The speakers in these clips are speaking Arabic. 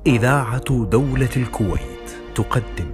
إذاعة دولة الكويت تقدم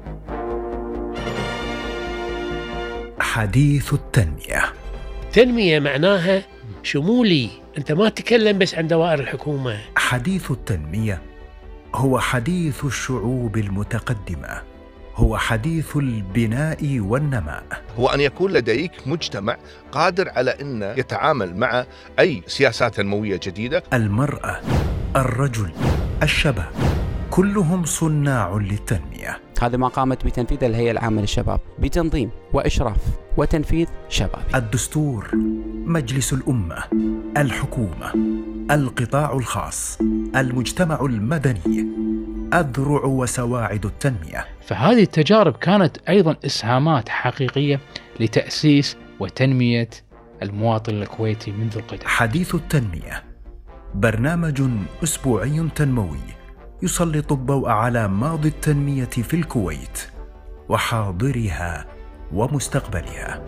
حديث التنمية. تنمية معناها شمولي، أنت ما تتكلم بس عن دوائر الحكومة. حديث التنمية هو حديث الشعوب المتقدمة، هو حديث البناء والنماء، هو أن يكون لديك مجتمع قادر على أن يتعامل مع أي سياسات تنموية جديدة. المرأة، الرجل، الشباب، كلهم صناع للتنمية. هذا ما قامت بتنفيذ الهيئة العامة للشباب بتنظيم وإشراف وتنفيذ شبابي. الدستور، مجلس الأمة، الحكومة، القطاع الخاص، المجتمع المدني، أذرع وسواعد التنمية. فهذه التجارب كانت أيضا إسهامات حقيقية لتأسيس وتنمية المواطن الكويتي منذ القدم. حديث التنمية برنامج أسبوعي تنموي يسلط الضوء على ماضي التنمية في الكويت وحاضرها ومستقبلها.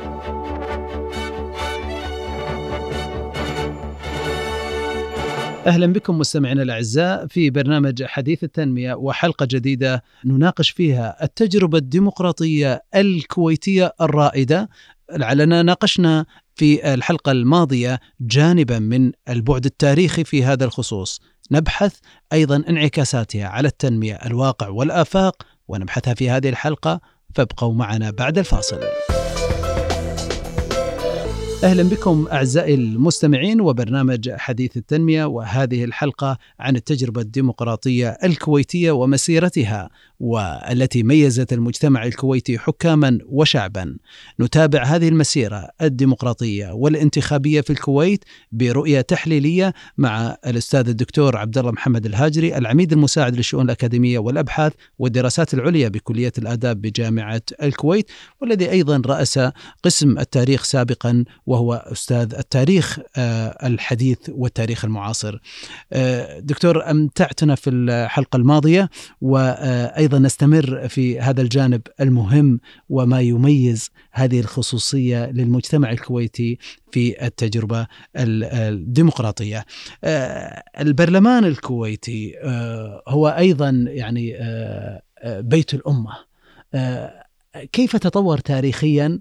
أهلا بكم مستمعينا الأعزاء في برنامج حديث التنمية، وحلقة جديدة نناقش فيها التجربة الديمقراطية الكويتية الرائدة. لعلنا ناقشنا في الحلقة الماضية جانبا من البعد التاريخي في هذا الخصوص، نبحث أيضا انعكاساتها على التنمية، الواقع والآفاق، ونبحثها في هذه الحلقة، فابقوا معنا بعد الفاصل. أهلا بكم أعزائي المستمعين وبرنامج حديث التنمية، وهذه الحلقة عن التجربة الديمقراطية الكويتية ومسيرتها، والتي ميزت المجتمع الكويتي حكاما وشعبا. نتابع هذه المسيرة الديمقراطية والانتخابية في الكويت برؤية تحليلية مع الأستاذ الدكتور عبد الله محمد الهاجري، العميد المساعد للشؤون الأكاديمية والأبحاث والدراسات العليا بكلية الآداب بجامعة الكويت، والذي أيضا رأس قسم التاريخ سابقا، وهو أستاذ التاريخ الحديث والتاريخ المعاصر. دكتور، أمتعتنا في الحلقة الماضية، وأيضا نستمر في هذا الجانب المهم وما يميز هذه الخصوصية للمجتمع الكويتي في التجربة الديمقراطية. البرلمان الكويتي هو أيضا يعني بيت الأمة. كيف تطور تاريخيا،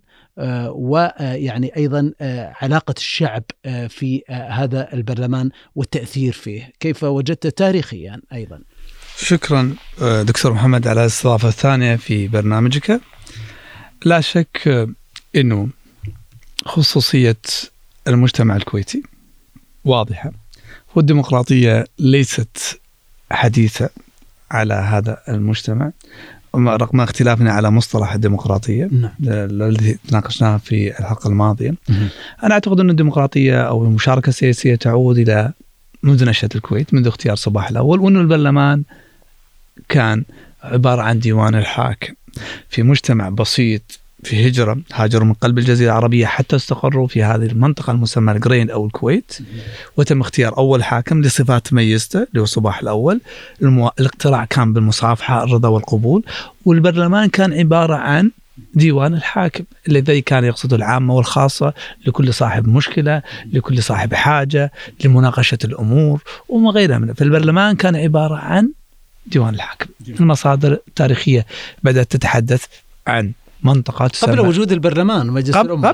ويعني أيضا علاقة الشعب في هذا البرلمان والتأثير فيه، كيف وجدت تاريخيا أيضا؟ شكرا دكتور محمد على الاستضافة الثانية في برنامجك. لا شك أنه خصوصية المجتمع الكويتي واضحة، والديمقراطية ليست حديثة على هذا المجتمع رغم اختلافنا على مصطلح الديمقراطية الذي تناقشناه في الحلقة الماضية. أنا أعتقد أن الديمقراطية أو المشاركة السياسية تعود إلى منذ نشأة الكويت، منذ اختيار صباح الأول، وأن البرلمان كان عبارة عن ديوان الحاكم في مجتمع بسيط في هجرة، هاجروا من قلب الجزيرة العربية حتى استقروا في هذه المنطقة المسمى الجرين أو الكويت، وتم اختيار أول حاكم لصفات ميزته اللي هو صباح الأول. الاقتراع كان بالمصافحة، الرضا والقبول، والبرلمان كان عبارة عن ديوان الحاكم الذي كان يقصد العامة والخاصة لكل صاحب مشكلة، لكل صاحب حاجة، لمناقشة الأمور وما غيرها منه. فالبرلمان كان عبارة عن ديوان الحاكم. المصادر التاريخية بدأت تتحدث عن منطقة قبل وجود البرلمان مجلس الأمة،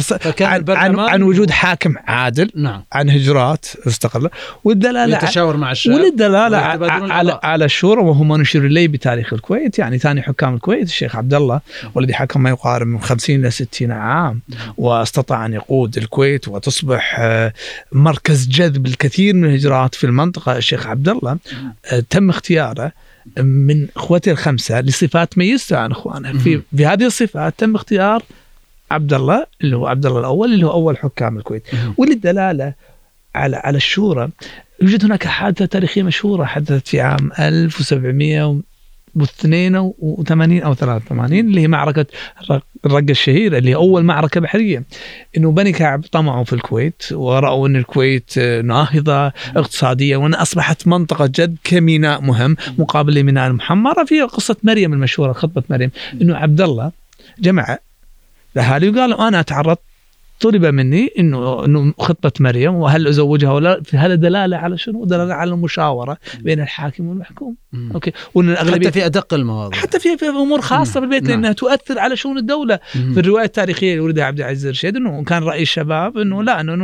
عن وجود حاكم عادل، عن هجرات استقلة، والدلالة يتشاور مع الشعب، والدلالة على الشورى، وهو ما نشير إليه بتاريخ الكويت. يعني ثاني حكام الكويت الشيخ عبد الله، والذي حكم ما يقارب من 50 إلى 60 عام، واستطاع أن يقود الكويت وتصبح مركز جذب الكثير من الهجرات في المنطقة. الشيخ عبد الله تم اختياره من اخوته الخمسه لصفات ميزته عن اخوانه. في هذه الصفات تم اختيار عبد الله اللي هو عبد الله الاول اللي هو اول حكام الكويت. وللدلاله على الشورى، يوجد هناك حادثه تاريخيه مشهوره حدثت في عام 1782 او 83 اللي هي معركه الرقة الشهيرة، اللي هي أول معركة بحرية. إنه بني كعب طمعوا في الكويت ورأوا أن الكويت ناهضة اقتصادية وأن أصبحت منطقة جد كميناء مهم مقابل لميناء المحمرة. في قصة مريم المشهورة، خطبة مريم، إنه عبد الله جمع الأهالي وقالوا أنا تعرضت طلب مني انه خطبه مريم وهل ازوجها ولا، هذا دلاله على شنو؟ دلاله على المشاوره بين الحاكم والمحكوم. اوكي، وان الاغلبيه حتى في ادق المواضيع، حتى في امور خاصه بالبيت، لانها تؤثر على شؤون الدوله. في الروايه التاريخيه اللي ولدها عبد العزيز الرشيد انه كان راي الشباب انه لا، انه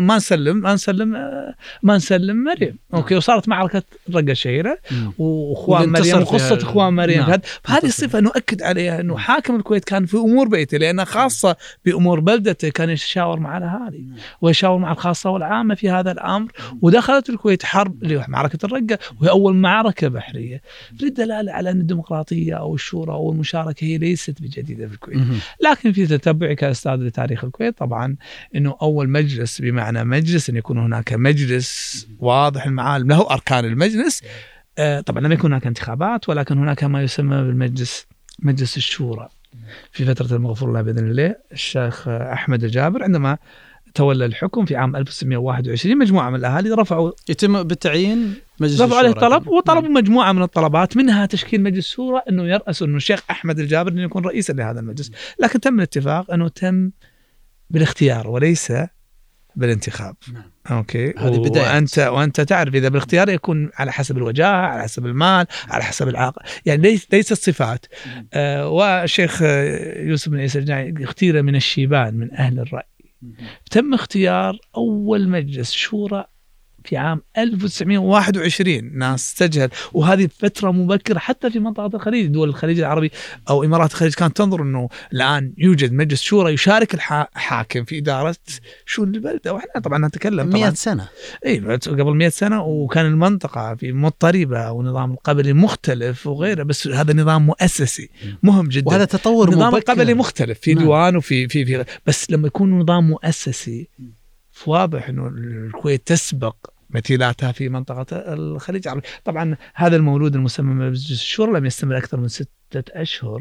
ما نسلم مريم. اوكي، وصارت معركه الرقه الشهيره واخوان مريم وقصه اخوان مريم. فهذه الصفه نؤكد عليها، انه حاكم الكويت كان في امور بيته لانها خاصه بامور بلدته كان يتشاور مع الاهالي ويشاور مع الخاصه والعامه في هذا الامر. ودخلت الكويت حرب اللي هو معركه الرقه، وهي اول معركه بحريه، للدلاله على ان الديمقراطيه او الشورى او المشاركه هي ليست بجديده في الكويت. لكن في تتبعي كاستاذ لتاريخ الكويت طبعا انه اول مجلس، بمعنى مجلس ان يكون هناك مجلس واضح المعالم له اركان المجلس. طبعا لم يكن هناك انتخابات، ولكن هناك ما يسمى بالمجلس، مجلس الشورى. في فترة المغفور الله بإذن الله الشيخ أحمد الجابر عندما تولى الحكم في عام 1921 مجموعة من الأهالي رفعوا يتم بالتعيين مجلس رفعوا عليه طلب، وطلبوا مجموعة من الطلبات منها تشكيل مجلس شورى انه يرأس انه الشيخ أحمد الجابر انه يكون رئيسا لهذا المجلس. لكن تم الاتفاق انه تم بالاختيار وليس بالانتخاب. اوكي، وانت تعرف اذا بالاختيار يكون على حسب الوجاهه، على حسب المال، على حسب العقل، يعني ليست صفات. والشيخ يوسف بن عيسى الجناعي اختير من الشيبان من اهل الراي. تم اختيار اول مجلس شورى في عام 1921. ناس تجهل، وهذه فترة مبكرة حتى في منطقة الخليج، دول الخليج العربي أو إمارات الخليج كانت تنظر أنه الآن يوجد مجلس شورى يشارك الحاكم في إدارة شؤون البلدة. وإحنا طبعا نتكلم 100 سنة، قبل 100 سنة، وكان المنطقة في مضطربة ونظام القبلي مختلف وغيره، بس هذا نظام مؤسسي مهم جدا، وهذا تطور نظام مبكر. القبلي مختلف في ديوان وفي بس لما يكون نظام مؤسسي واضح أنه الكويت تسبق مثيلاتها في منطقة الخليج العربي. طبعا هذا المولود المسمى بمجلس الشورى لم يستمر أكثر من 6 أشهر،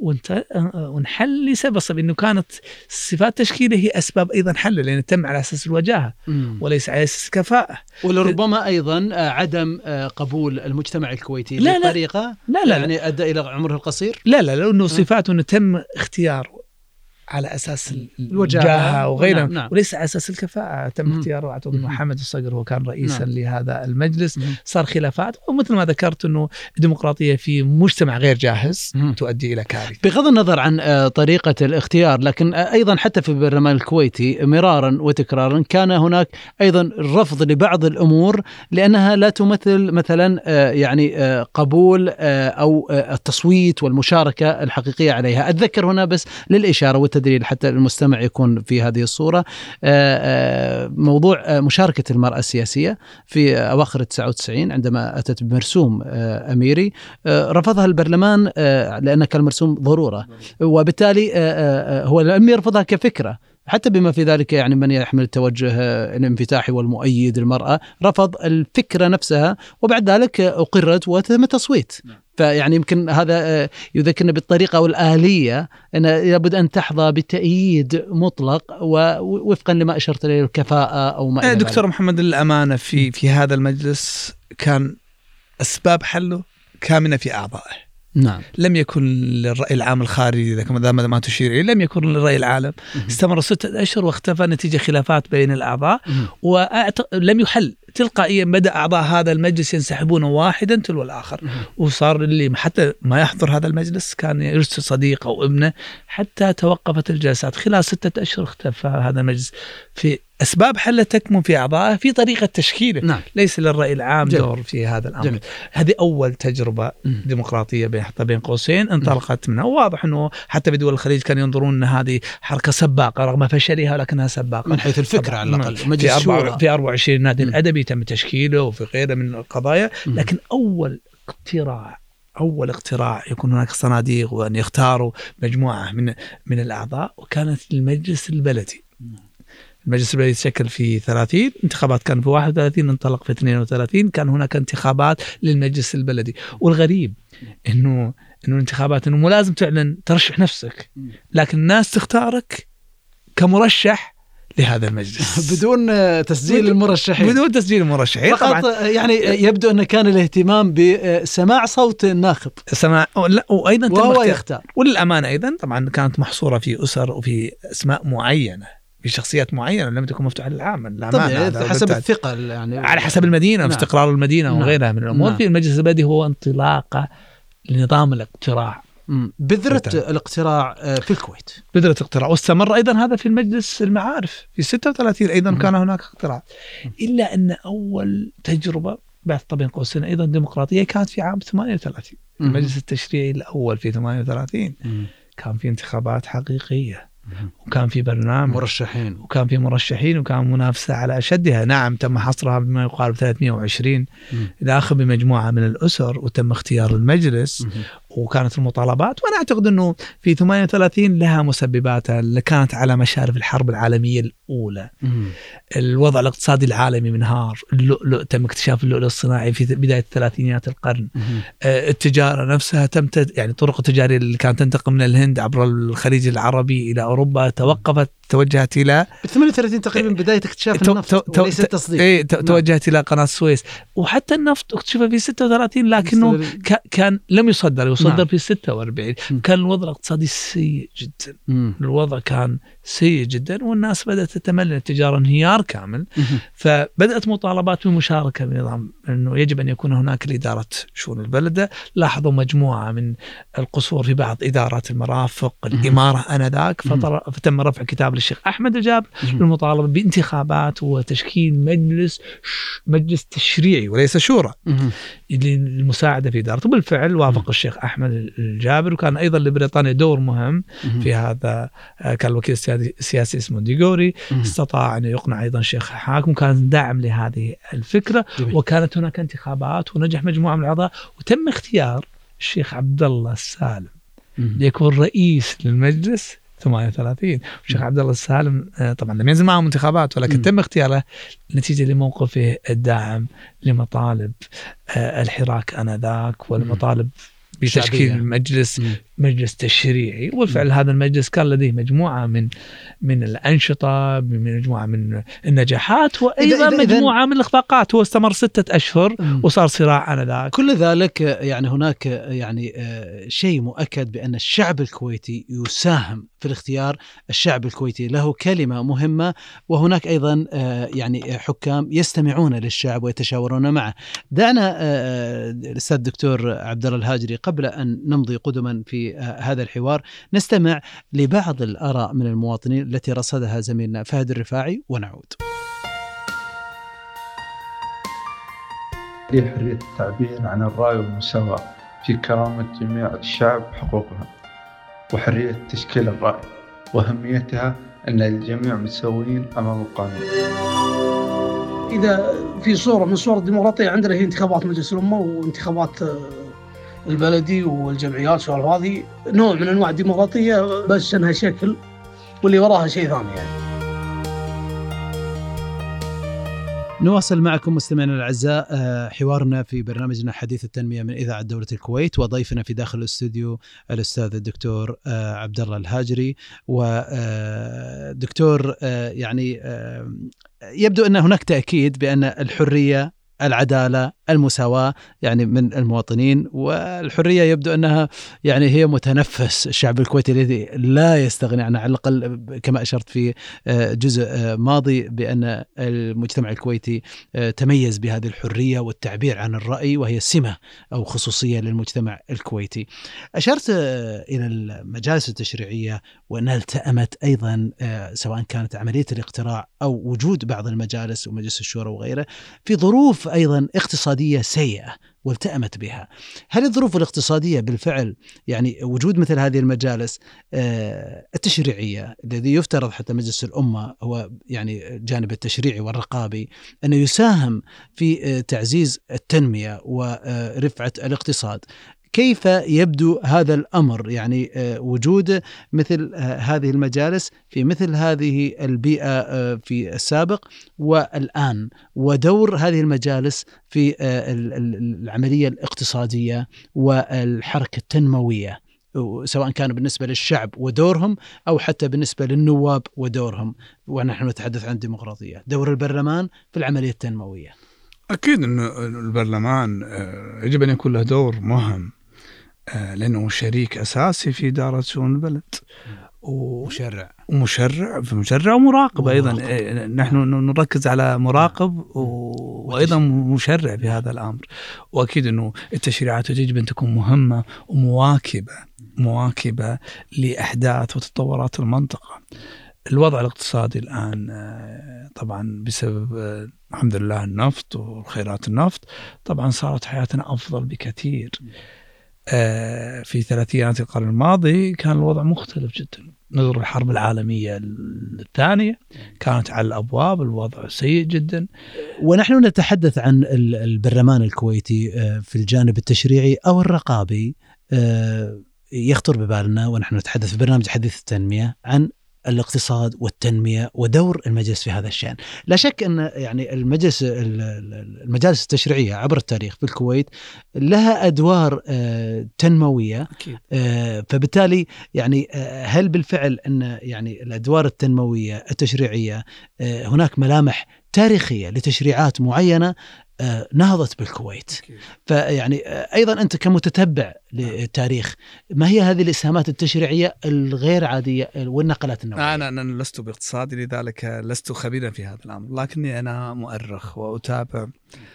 ونحل لسبب إنه كانت صفات تشكيله هي أسباب أيضا حل، لأن تم على أساس الوجاهة وليس على أساس الكفاءة. ولربما أيضا عدم قبول المجتمع الكويتي بطريقة يعني أدى إلى عمره القصير. لا لأنه صفاته أنه تم اختياره على أساس الوجاهة وغيرها. نعم. وليس على أساس الكفاءة. تم اختياره أعتقد محمد الصقر هو كان رئيسا لهذا المجلس. صار خلافات، ومثل ما ذكرت أنه الديمقراطية في مجتمع غير جاهز تؤدي إلى كارثة. بغض النظر عن طريقة الاختيار، لكن أيضا حتى في البرلمان الكويتي مرارا وتكرارا كان هناك أيضا رفض لبعض الأمور لأنها لا تمثل مثلا يعني قبول أو التصويت والمشاركة الحقيقية عليها. أتذكر هنا بس للإشارة والتدريب حتى المستمع يكون في هذه الصورة، موضوع مشاركة المرأة السياسية في أواخر 99 عندما أتت بمرسوم أميري رفضها البرلمان لأنه كان مرسوم ضرورة، وبالتالي هو لم يرفضها كفكرة، حتى بما في ذلك يعني من يحمل التوجه الانفتاحي والمؤيد المرأة رفض الفكرة نفسها، وبعد ذلك أقرت وتم تصويت. فيعني يمكن هذا يذكرنا بالطريقة والآلية أن لابد أن تحظى بتأييد مطلق ووفقا لما أشرت إليه الكفاءة أو ما. دكتور محمد الأمانة في هذا المجلس كان أسباب حله كامنة في أعضائه. نعم. لم يكن للرأي العام الخارجي إذا كما ما تشير إليه، لم يكن للرأي العالم. استمر 6 أشهر واختفى نتيجة خلافات بين الأعضاء، ولم يحل. تلقائيا بدأ أعضاء هذا المجلس ينسحبون واحدا تلو الآخر، وصار اللي حتى ما يحضر هذا المجلس كان يرسل صديقه أو ابنه، حتى توقفت الجلسات. خلال 6 أشهر اختفى هذا المجلس. في أسباب حل تكمن في أعضائه في طريقة تشكيله. نعم. ليس للرأي العام دور في هذا الأمر. جميل. هذه أول تجربة ديمقراطية بين قوسين انطلقت منها. واضح أنه حتى بدول الخليج كانوا ينظرون أن هذه حركة سباقة رغم فشلها، ولكنها سباقة من حيث الفكرة على الأقل. في 24 نادي الأدبي تم تشكيله وفي غيره من القضايا. لكن أول اقتراع يكون هناك صناديق وأن يختاروا مجموعة من الأعضاء، وكانت المجلس البلدي. المجلس البلدي تشكل في 30 انتخابات، كان في 31 انطلق في 32 كان هناك انتخابات للمجلس البلدي. والغريب إنه الانتخابات إنه مو لازم تعلن ترشح نفسك، لكن الناس تختارك كمرشح لهذا المجلس بدون تسجيل المرشحين. بدون تسجيل المرشحين فقط. يعني يبدو أن كان الاهتمام بسماع صوت الناخب، وأيضا وهو يختار. وللأمانة أيضا طبعا كانت محصورة في أسر وفي أسماء معينة في شخصيات معينة لم تكن مفتوحة للعامة. طبعا حسب الثقة يعني على حسب المدينة واستقرار المدينة وغيرها من الأمور. في المجلس البلدي هو انطلاقة لنظام الاقتراع، بذرة الاقتراع في الكويت، بذرة الاقتراع. واستمر أيضا هذا في المجلس المعارف في 36 أيضا كان هناك اقتراع. إلا أن أول تجربة بعث بين قوسين أيضا ديمقراطية كانت في عام 38. المجلس التشريعي الأول في 38 كان في انتخابات حقيقية، وكان في برنامج مرشحين، وكان في مرشحين، وكان منافسة على أشدها. نعم تم حصرها بما يقارب 320 إلى آخر بمجموعة من الأسر، وتم اختيار المجلس وكانت المطالبات. وأنا أعتقد أنه في 38 لها مسبباتها اللي كانت على مشارف الحرب العالمية الأولى. الوضع الاقتصادي العالمي منهار، اللؤلؤ تم اكتشاف اللؤلؤ الصناعي في بداية ثلاثينيات القرن. التجارة نفسها تم يعني الطرق التجارية اللي كانت تنتقل من الهند عبر الخليج العربي إلى أوروبا توقفت، توجهت إلى 38 تقريبا بداية اكتشاف النفط وليس التصدير. توجهت إلى قناة السويس. وحتى النفط اكتشف في 36 لكنه كان لم يصدر في 46. كان الوضع الاقتصادي سيء جدا. الوضع كان سيء جدا، والناس بدأت تتملل، التجارة انهيار كامل. فبدأت مطالبات بالمشاركة بنظام أنه يجب أن يكون هناك لإدارة شؤون البلدة. لاحظوا مجموعة من القصور في بعض إدارات المرافق، الإمارة آنذاك، فتم رفع كتاب للشيخ أحمد الجابر بالمطالبة بانتخابات وتشكيل مجلس تشريعي وليس شورى للمساعدة في إدارته. بالفعل وافق الشيخ أحمد الجابر، وكان أيضا لبريطانيا دور مهم في هذا. كان الوكيل السياسي اسمه ديغوري، استطاع أن يقنع أيضا الشيخ حاكم، كان داعم لهذه الفكرة. وكانت هناك انتخابات ونجح مجموعة من الأعضاء، وتم اختيار الشيخ عبد الله السالم ليكون رئيس للمجلس 38. الشيخ عبد الله السالم طبعا لم ينزل معهم انتخابات، ولكن تم اختياره نتيجة لموقفه الداعم لمطالب الحراك آنذاك ولمطالب بتشكيل المجلس مجلس تشريعي. وبالفعل هذا المجلس كان لديه مجموعة من الأنشطة، من مجموعة من النجاحات، وأيضا مجموعة من الإخفاقات. هو استمر 6 أشهر وصار صراع آنذاك. كل ذلك يعني هناك يعني شيء مؤكد بأن الشعب الكويتي يساهم في الاختيار. الشعب الكويتي له كلمة مهمة، وهناك أيضا يعني حكام يستمعون للشعب ويتشاورون معه. دعنا الأستاذ الدكتور عبد الله الهاجري قبل أن نمضي قدما في هذا الحوار نستمع لبعض الآراء من المواطنين التي رصدها زميلنا فهد الرفاعي، ونعود. هي حرية التعبير عن الرأي والمساواة في كرامة جميع الشعب حقوقها، وحرية تشكيل الرأي، وأهميتها أن الجميع متساويين أمام القانون. إذا في صورة من صور الديمقراطية عندنا هي انتخابات مجلس الأمة وانتخابات البلدي والجمعيات، هذه نوع من أنواع الديمقراطية، بس أنها شكل واللي وراها شيء ثاني يعني. نواصل معكم مستمعينا الأعزاء حوارنا في برنامجنا حديث التنمية من إذاعة دولة الكويت، وضيفنا في داخل الاستوديو الأستاذ الدكتور عبد الله الهاجري. ودكتور يعني يبدو أن هناك تأكيد بأن الحرية، العدالة، المساواة يعني من المواطنين، والحرية يبدو أنها يعني هي متنفس الشعب الكويتي الذي لا يستغني عنها، على الأقل كما أشرت في جزء ماضي بأن المجتمع الكويتي تميز بهذه الحرية والتعبير عن الرأي، وهي سمة أو خصوصية للمجتمع الكويتي. أشرت إلى المجالس التشريعية وأنها التأمت أيضا سواء كانت عملية الاقتراع أو وجود بعض المجالس ومجلس الشورى وغيره في ظروف أيضا اقتصادية سيئة والتأمت بها. هل الظروف الاقتصادية بالفعل يعني وجود مثل هذه المجالس التشريعية الذي يفترض حتى مجلس الأمة هو يعني الجانب التشريعي والرقابي أنه يساهم في تعزيز التنمية ورفعة الاقتصاد، كيف يبدو هذا الأمر يعني وجود مثل هذه المجالس في مثل هذه البيئة في السابق والآن، ودور هذه المجالس في العملية الاقتصادية والحركة التنموية، سواء كان بالنسبة للشعب ودورهم أو حتى بالنسبة للنواب ودورهم، ونحن نتحدث عن الديمقراطية، دور البرلمان في العملية التنموية؟ أكيد أن البرلمان يجب أن يكون له دور مهم، لأنه شريك أساسي في إدارة شؤون البلد، ومشرع ومراقب أيضا. نحن نركز على مراقب وأيضا مشرع في هذا الأمر. وأكيد أنه التشريعات يجب أن تكون مهمة ومواكبة لأحداث وتطورات المنطقة. الوضع الاقتصادي الآن طبعا بسبب الحمد لله النفط وخيرات النفط طبعا صارت حياتنا أفضل بكثير. في ثلاثينات القرن الماضي كان الوضع مختلف جدا. نظر الحرب العالمية الثانية كانت على الأبواب، الوضع سيء جدا. ونحن نتحدث عن البرلمان الكويتي في الجانب التشريعي أو الرقابي. يخطر ببالنا ونحن نتحدث في برنامج حديث التنمية عن الاقتصاد والتنمية ودور المجلس في هذا الشأن. لا شك أن يعني المجالس التشريعية عبر التاريخ في الكويت لها أدوار تنموية. فبالتالي يعني هل بالفعل أن يعني الأدوار التنموية التشريعية هناك ملامح تاريخية لتشريعات معينة نهضت بالكويت؟ فيعني أيضا أنت كمتتبع للتاريخ، ما هي هذه الإسهامات التشريعية الغير عادية والنقلات النوعية؟ أنا لست باقتصادي لذلك لست خبيرا في هذا الأمر، لكني أنا مؤرخ وأتابع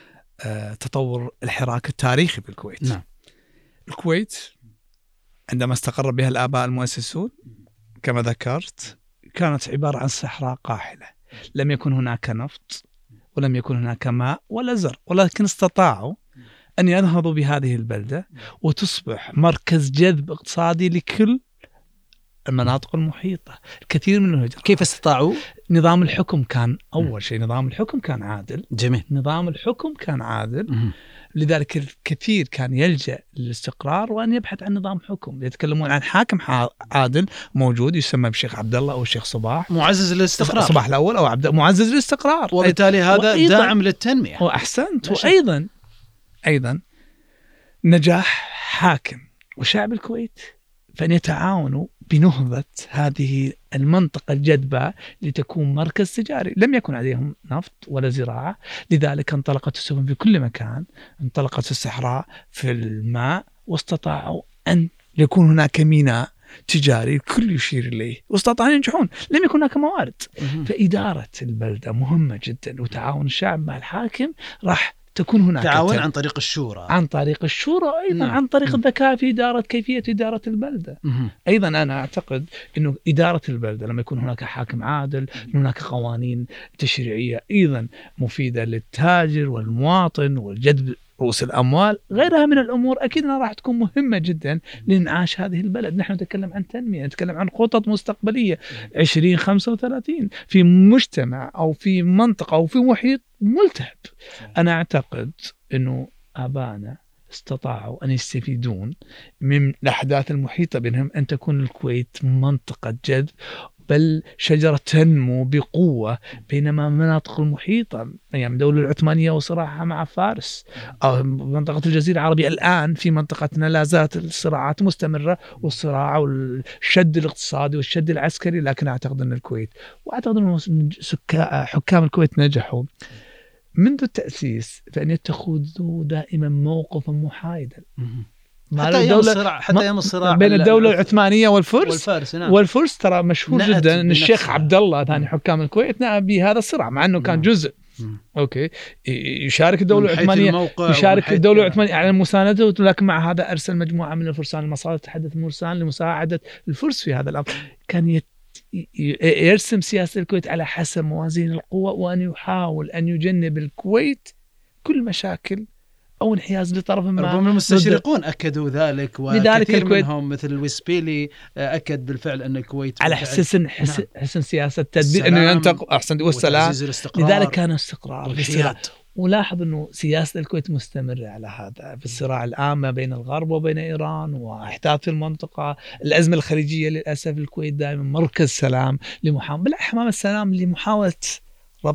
تطور الحراك التاريخي بالكويت. نعم. الكويت عندما استقر بها الآباء المؤسسون كما ذكرت كانت عبارة عن صحراء قاحلة، لم يكن هناك نفط ولم يكن هناك ماء ولا زرع، ولكن استطاعوا أن ينهضوا بهذه البلدة وتصبح مركز جذب اقتصادي لكل المناطق المحيطة. الكثير من الهجرة. كيف استطاعوا؟ نظام الحكم كان أول شيء، نظام الحكم كان عادل. جميل. نظام الحكم كان عادل. لذلك الكثير كان يلجأ للاستقرار وأن يبحث عن نظام حكم. يتكلمون عن حاكم عادل موجود يسمى بالشيخ عبد الله أو الشيخ صباح، معزز للاستقرار، صباح الأول أو معزز للاستقرار، وبالتالي هذا داعم للتنمية. وأحسنت. وأيضا نجاح حاكم وشعب الكويت فأن يتعاونوا بنهضة هذه المنطقة الجذبة لتكون مركز تجاري. لم يكن عليهم نفط ولا زراعة، لذلك انطلقت السفن في كل مكان، انطلقت الصحراء في الماء، واستطاعوا أن يكون هناك ميناء تجاري الكل يشير إليه، واستطاعوا أن ينجحون. لم يكن هناك موارد. فإدارة البلدة مهمة جدا، وتعاون الشعب مع الحاكم راح تكون هناك تعاون عن طريق الشورى، أيضا عن طريق الذكاء في كيفية إدارة البلدة. أيضا أنا أعتقد أنه إدارة البلدة لما يكون هناك حاكم عادل، هناك قوانين تشريعية أيضا مفيدة للتاجر والمواطن والجذب رؤوس الأموال، غيرها من الأمور أكيد أنها راح تكون مهمة جدا لإنعاش هذه البلد. نحن نتكلم عن تنمية، نتكلم عن خطط مستقبلية 2035 في مجتمع أو في منطقة أو في محيط ملتهب. أنا أعتقد أنه آبائنا استطاعوا أن يستفيدون من الأحداث المحيطة بينهم، أن تكون الكويت منطقة جذب، بل شجرة تنمو بقوة، بينما المناطق المحيطة أيام الدولة العثمانية وصراعها مع فارس أو منطقة الجزيرة العربية، الآن في منطقتنا لا زالت الصراعات مستمرة، والصراع والشد الاقتصادي والشد العسكري. لكن أعتقد أن الكويت، وأعتقد أن حكام الكويت نجحوا منذ التأسيس فأن يتخذوا دائما موقفا محايدا. حتى يوم الصراع بين الدولة العثمانية والفرس. نعم. والفرس ترى مشهور جدا أن الشيخ عبد الله ثاني حكام الكويت نأى بهذا الصراع، مع أنه كان جزء أوكي يشارك الدولة العثمانية، يشارك الدولة العثمانية على المساندة، ولكن مع هذا أرسل مجموعة من الفرسان المصالح تحدث مرسان لمساعدة الفرس في هذا الأمر. كان يرسم سياسة الكويت على حسب موازين القوة، وأن يحاول أن يجنب الكويت كل مشاكل أو انحياز لطرف ما. ربما المستشرقون أكدوا ذلك، وكثير منهم مثل الويسبيلي أكد بالفعل أن الكويت على حسن سياسة تدبير أنه ينتقل أحسن والسلام، لذلك كان استقرار والحياد. ولاحظ أنه سياسة الكويت مستمرة على هذا في الصراع الآن ما بين الغرب وبين إيران وأحداث في المنطقة، الأزمة الخليجية. للأسف الكويت دائما مركز سلام بل حمام السلام لمحاولة ربط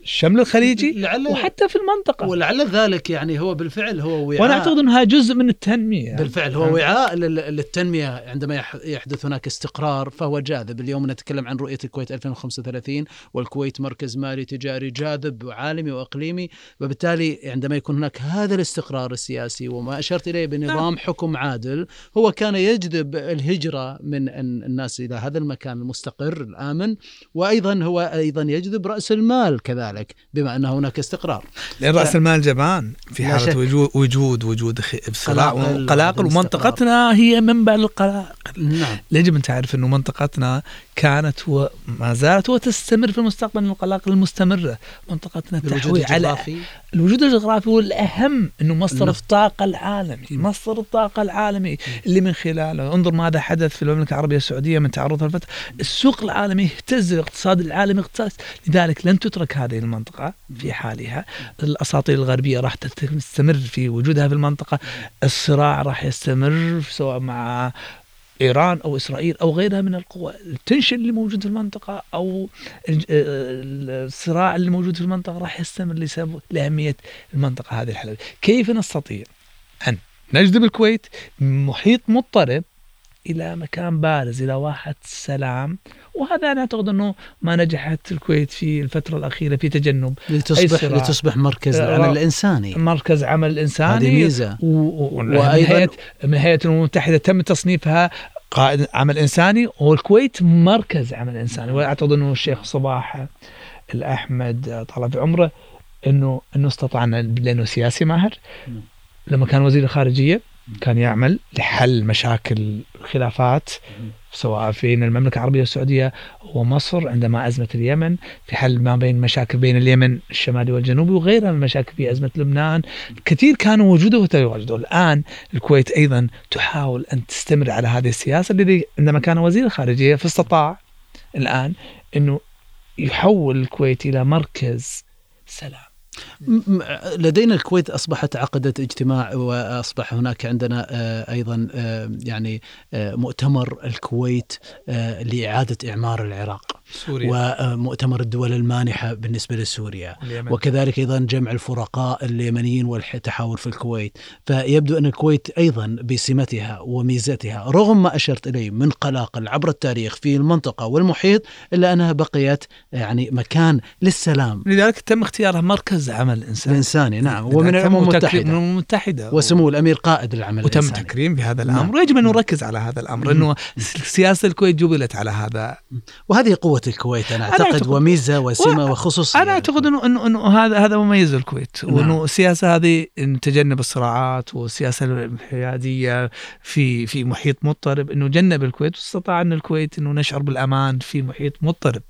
الشمل الخليجي وحتى في المنطقة. ولعل ذلك يعني هو بالفعل هو وعاء، وأنا أعتقد أنها جزء من التنمية يعني. بالفعل هو وعاء للتنمية. عندما يحدث هناك استقرار فهو جاذب. اليوم نتكلم عن رؤية الكويت 2035، والكويت مركز مالي تجاري جاذب وعالمي وإقليمي، وبالتالي عندما يكون هناك هذا الاستقرار السياسي وما أشرت إليه بنظام حكم عادل، هو كان يجذب الهجرة من الناس إلى هذا المكان المستقر الآمن، وأيضا هو أيضا يجذب رأس المال كذلك بما أن هناك استقرار. لأن رأس المال جبان في حالة وجود صراع وقلاقل، ومنطقتنا هي منبع للقلاقل. نعم. يجب أن تعرف أن منطقتنا كانت وما زالت وتستمر في المستقبل القلاقل المستمرة. منطقتنا تحوي على الوجود الجغرافي، والأهم أنه مصدر الطاقة العالمي، مصدر الطاقة العالمي اللي من خلاله انظر ماذا حدث في المملكة العربية السعودية من تعرضها الفتح. السوق العالمي اهتز، الاقتصاد العالمي اهتز، لذلك لن تترك هذه المنطقة في حالها. الأساطير الغربية راح تستمر في وجودها في المنطقة، الصراع راح يستمر سواء مع إيران أو إسرائيل أو غيرها من القوى، التنشن اللي موجود في المنطقة أو الصراع اللي موجود في المنطقة راح يستمر لسبب لأهمية المنطقة هذه الحلوة. كيف نستطيع أن نجذب الكويت من محيط مضطرب إلى مكان بارز، إلى واحة سلام؟ وهذا أنا أعتقد أنه ما نجحت الكويت في الفترة الأخيرة في تجنب لتصبح مركز العمل الإنساني، مركز عمل إنساني. هذه ميزة. وأيضا من الهيئة الأمم المتحدة تم تصنيفها قائد عمل إنساني، والكويت مركز عمل إنساني. وأعتقد أنه الشيخ صباح الأحمد طال في عمره أنه استطعنا، لأنه سياسي ماهر، لما كان وزير الخارجية كان يعمل لحل مشاكل الخلافات سواء بين المملكة العربية السعودية ومصر عندما أزمة اليمن، في حل ما بين مشاكل بين اليمن الشمالي والجنوبي، وغيرها من المشاكل في أزمة لبنان. كثير كانوا وجوده وتواجده. الآن الكويت أيضا تحاول أن تستمر على هذه السياسة الذي عندما كان وزير الخارجية فاستطاع الآن أنه يحول الكويت إلى مركز سلام. لدينا الكويت أصبحت عقدت اجتماع، وأصبح هناك عندنا أيضا يعني مؤتمر الكويت لإعادة إعمار العراق، سوريا، ومؤتمر الدول المانحة بالنسبة لسوريا، وكذلك أيضا جمع الفرقاء اليمنيين والتحاور في الكويت. فيبدو أن الكويت أيضا بسمتها وميزتها رغم ما أشرت إليه من قلاقل عبر التاريخ في المنطقة والمحيط، إلا أنها بقيت يعني مكان للسلام. لذلك تم اختيارها مركز عمل إنساني. نعم. ومن الأمم المتحدة وسمو الأمير قائد العمل وتم الإنساني. تكريم بهذا الأمر. ويجب أن نركز على هذا الأمر، أنه سياسة الكويت جبلت على هذا، وهذه قوة الكويت أنا أعتقد وميزة وسمة وخصوصية. أنا أعتقد أنه هذا مميز الكويت، وأنه السياسة هذه تجنب الصراعات والسياسة الحيادية في محيط مضطرب، أنه جنب الكويت واستطاع أن الكويت أنه نشعر بالأمان في محيط مضطرب.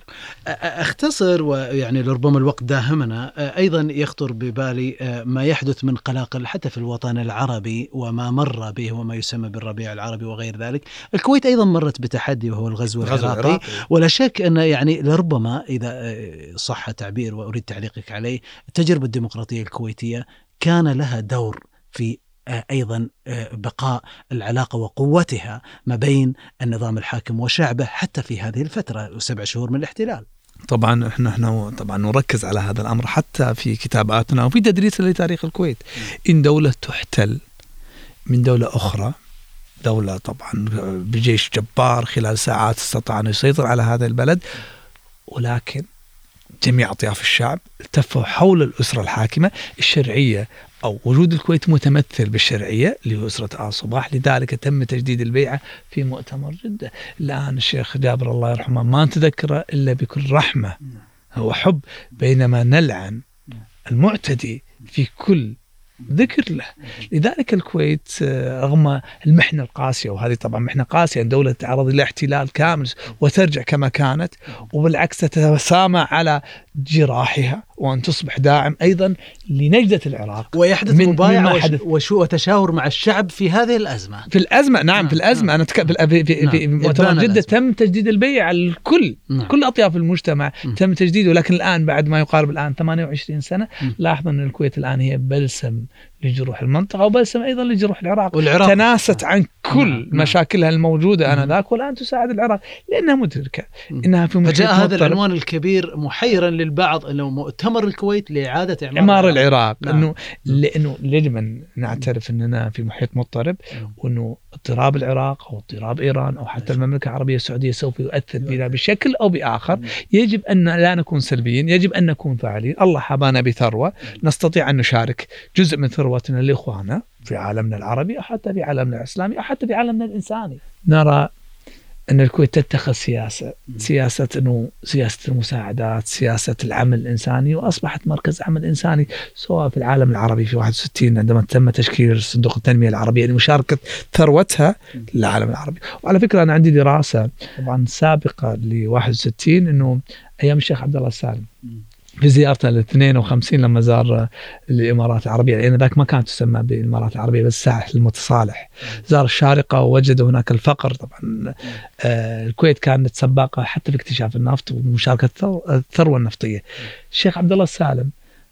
أختصر، ويعني لربما الوقت داهمنا، أيضا يخطر ببالي ما يحدث من قلاقل حتى في الوطن العربي وما مر به وما يسمى بالربيع العربي وغير ذلك. الكويت أيضا مرت بتحدي وهو الغزو العراقي، ولا شك أن يعني لربما إذا صح تعبير وأريد تعليقك عليه، التجربة الديمقراطية الكويتية كان لها دور في أيضا بقاء العلاقة وقوتها ما بين النظام الحاكم وشعبه حتى في هذه الفترة 7 شهور من الاحتلال. طبعا احنا طبعا نركز على هذا الأمر حتى في كتاباتنا وفي تدريسنا لتاريخ الكويت. إن دولة تحتل من دولة أخرى، دولة طبعا بجيش جبار خلال ساعات استطاع أن يسيطر على هذا البلد، ولكن جميع أطياف الشعب التفوا حول الأسرة الحاكمة الشرعية، أو وجود الكويت متمثل بالشرعية اللي هو أسرة آل صباح. لذلك تم تجديد البيعة في مؤتمر جدة. الآن الشيخ جابر الله يرحمه ما نتذكره إلا بكل رحمة وحب، بينما نلعن المعتدي في كل ذكر له. لذلك الكويت رغم المحنة القاسية، وهذه طبعا محنة قاسية، دولة تعرض إلى احتلال كامل وترجع كما كانت، وبالعكس تتسامى على جراحها وأن تصبح داعم أيضا لنجدة العراق، ويحدث مبايعة وتشاور مع الشعب في هذه الأزمة. في الأزمة نعم في الأزمة أنا في مؤتمر جدة تم تجديد البيعة الكل كل أطياف المجتمع تم تجديده. لكن الآن بعد ما يقارب الآن 28 سنة لاحظ أن الكويت الآن هي بلسم لجروح المنطقة وبلسم أيضا لجروح العراق. تناست عن كل مشاكلها الموجودة آنذاك والآن تساعد العراق لأنها مدركة إنها في محيط فجاء هذا العنوان الكبير محيرا للبعض أنه مؤتمر الكويت لإعادة إعمار العراق. لأنه يجب أن نعترف أننا في محيط مضطرب، وأنه اضطراب العراق أو اضطراب إيران أو حتى المملكة العربية السعودية سوف يؤثر بنا بشكل أو بآخر. يجب أن لا نكون سلبيين، يجب أن نكون فاعلين. الله حبانا بثروة نستطيع أن نشارك جزء من ثروتنا لإخواننا في عالمنا العربي أو حتى في عالمنا الإسلامي أو حتى في عالمنا الإنساني. نرى أن الكويت تتخذ سياسة أنه سياسة المساعدات، سياسة العمل الإنساني، وأصبحت مركز عمل إنساني سواء في العالم العربي في 61 عندما تم تشكيل صندوق التنمية العربية لمشاركة ثروتها للعالم العربي. وعلى فكرة أنا عندي دراسة طبعا سابقة ل 61 أنه أيام الشيخ عبد الله السالم في زيارته ل 52 لما زار الإمارات العربية، لأن ذاك ما كانت تسمى بالإمارات العربية بس ساحل المتصالح، زار الشارقة ووجد هناك الفقر. طبعا الكويت كانت سباقة حتى في اكتشاف النفط ومشاركة الثروة النفطية. الشيخ عبد الله السالم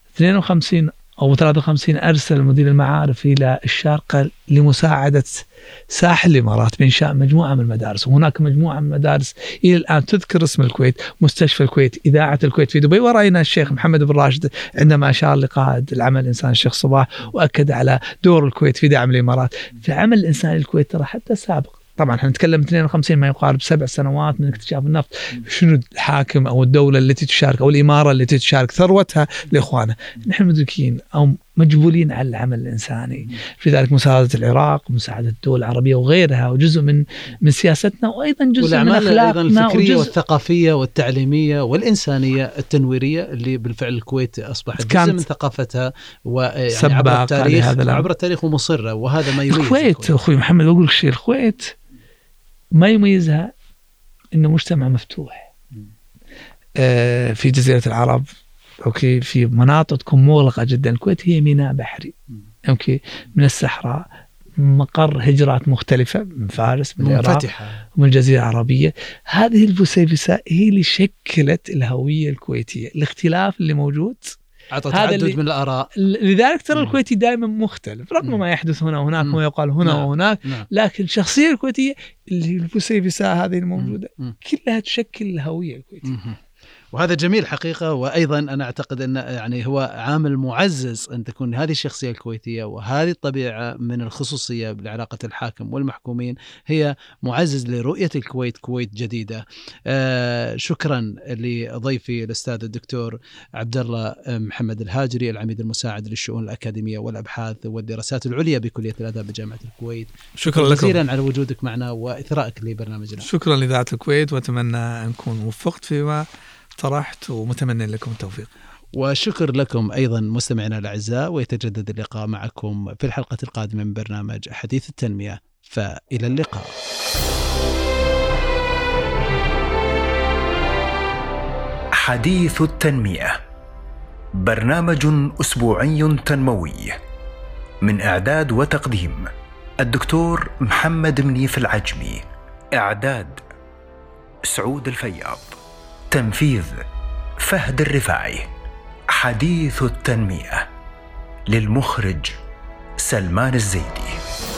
52 أو 53 أرسل مدير المعارف إلى الشارقة لمساعدة ساحل الإمارات بإنشاء مجموعة من المدارس، وهناك مجموعة من المدارس إلى الآن تذكر اسم الكويت، مستشفى الكويت، إذاعة الكويت في دبي. ورأينا الشيخ محمد بن راشد عندما أشار لقائد العمل الإنساني الشيخ صباح وأكد على دور الكويت في دعم الإمارات في عمل الإنساني. الكويت ترى حتى سابق، طبعا احنا نتكلم 52 ما يقارب 7 سنوات من اكتشاف النفط. شنو الحاكم او الدولة التي تشارك او الإمارة التي تشارك ثروتها لاخوانها؟ نحن مدركين او مجبولين على العمل الإنساني، في ذلك مساعدة العراق، مساعدة الدول العربية وغيرها، وجزء من سياستنا، وأيضا جزء من أخلاقنا الفكرية والثقافية والتعليمية والإنسانية التنويرية اللي بالفعل الكويت أصبحت جزء من ثقافتها ويعني عبر التاريخ ومصرة، وهذا ما يميز الكويت. أخوي محمد أقول لك شيء، الكويت ما يميزها إنه مجتمع مفتوح في جزيرة العرب. أوكي، في مناطق تكون مغلقة جدا. الكويت هي ميناء بحري، أوكي، من الصحراء، مقر هجرات مختلفة من فارس، من العراق، ومن الجزيرة العربية. هذه الفسيفساء هي اللي شكلت الهوية الكويتية. الاختلاف اللي موجود أعطى تعدد من الآراء. لذلك ترى الكويتي دائما مختلف رغم ما يحدث هنا وهناك وما يقال هنا وهناك. لكن الشخصية الكويتية اللي الفسيفساء هذه الموجودة كلها تشكل الهوية الكويتية. وهذا جميل حقيقة. وأيضا أنا أعتقد أن يعني هو عامل معزز أن تكون هذه الشخصية الكويتية وهذه الطبيعة من الخصوصية بعلاقة الحاكم والمحكومين هي معزز لرؤية الكويت كويت جديدة. شكرا لضيفي الأستاذ الدكتور عبد الله محمد الهاجري، العميد المساعد للشؤون الأكاديمية والأبحاث والدراسات العليا بكلية الآداب بجامعة الكويت. شكرا لكم جزيلا على وجودك معنا وإثرائك لبرنامجنا. شكرا لإذاعة الكويت، وأتمنى أن نكون وفقت فيما طرحت، ومتمنى لكم التوفيق. وشكر لكم أيضا مستمعينا الأعزاء، ويتجدد اللقاء معكم في الحلقة القادمة من برنامج حديث التنمية، فإلى اللقاء. حديث التنمية، برنامج أسبوعي تنموي، من إعداد وتقديم الدكتور محمد منيف العجمي، إعداد سعود الفياض، تنفيذ فهد الرفاعي. حديث التنمية للمخرج سلمان الزيدي.